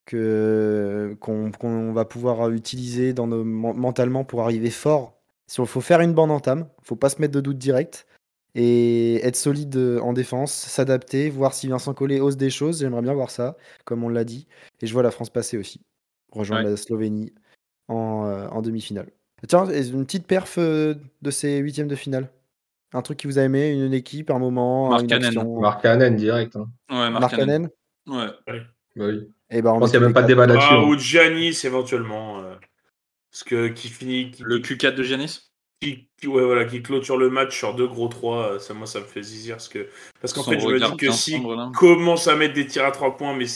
qu'on va pouvoir utiliser mentalement pour arriver fort. Il faut faire une bonne entame, faut pas se mettre de doute direct et être solide en défense, s'adapter, voir si Vincent Collet ose des choses. J'aimerais bien voir ça, comme on l'a dit. Et je vois la France passer aussi, rejoindre Ouais. la Slovénie en demi-finale. Tiens, une petite perf de ces huitièmes de finale. Un truc qui vous a aimé, une équipe, un moment, une Markkanen. action. Markkanen direct. Hein. Ouais, Markkanen. Ouais. Ouais. Bah oui. Et ben Je on pense est qu'il tous n'y a les même pas de quatre. débat là-dessus. Ah, Hein. ou Giannis éventuellement. Parce que qui finit. Le Q4 de Giannis. Ouais, voilà, qui clôture le match sur 2 gros 3, ça, moi ça me fait zizir. Parce qu'en fait, je me dis que si commence à mettre des tirs à 3 points, mais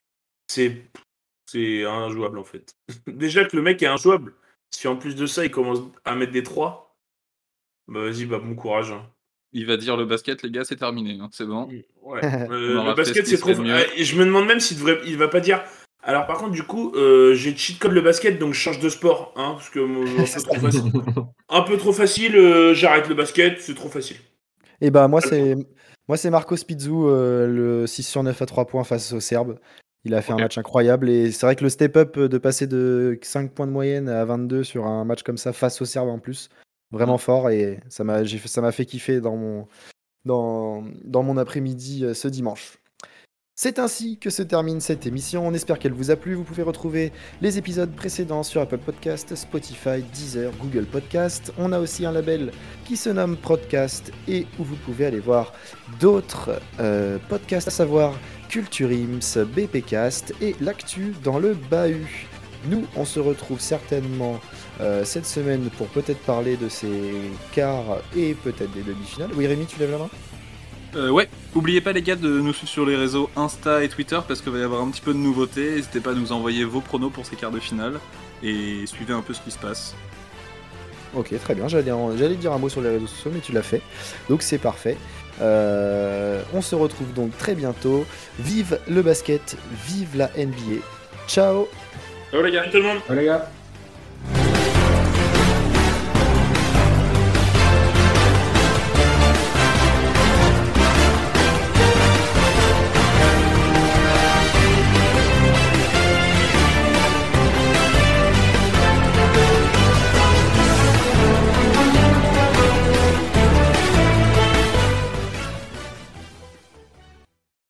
c'est injouable en fait. Déjà que le mec est injouable, si en plus de ça il commence à mettre des 3, bah vas-y, bah bon courage. Hein. Il va dire le basket, les gars, c'est terminé, hein, c'est bon. Ouais. On aura Le basket, fait ce c'est trop. qu'il y a de mieux. Je me demande même il va pas dire. Alors par contre, du coup, j'ai cheat code le basket, donc je change de sport, hein, parce que un peu trop facile. J'arrête le basket, c'est trop facile. Et bah moi c'est Marco Spitzou, le 6 sur 9 à 3 points face aux Serbes. Il a fait un match incroyable et c'est vrai que le step-up de passer de 5 points de moyenne à 22 sur un match comme ça face aux Serbes en plus, vraiment fort et ça m'a fait kiffer dans mon après-midi ce dimanche. C'est ainsi que se termine cette émission. On espère qu'elle vous a plu. Vous pouvez retrouver les épisodes précédents sur Apple Podcast, Spotify, Deezer, Google Podcast. On a aussi un label qui se nomme Podcast et où vous pouvez aller voir d'autres podcasts, à savoir Culture Ims, BPcast et l'actu dans le bahut. Nous, on se retrouve certainement cette semaine pour peut-être parler de ces quarts et peut-être des demi-finales. Oui, Rémi, tu lèves la main ? Ouais, n'oubliez pas les gars de nous suivre sur les réseaux Insta et Twitter parce qu'il va y avoir un petit peu de nouveautés. N'hésitez pas à nous envoyer vos pronos pour ces quarts de finale et suivez un peu ce qui se passe. Ok, très bien, j'allais dire un mot sur les réseaux sociaux mais tu l'as fait, donc c'est parfait. On se retrouve donc très bientôt. Vive le basket, vive la NBA. Ciao. Ciao les gars, tout le monde. Ciao les gars.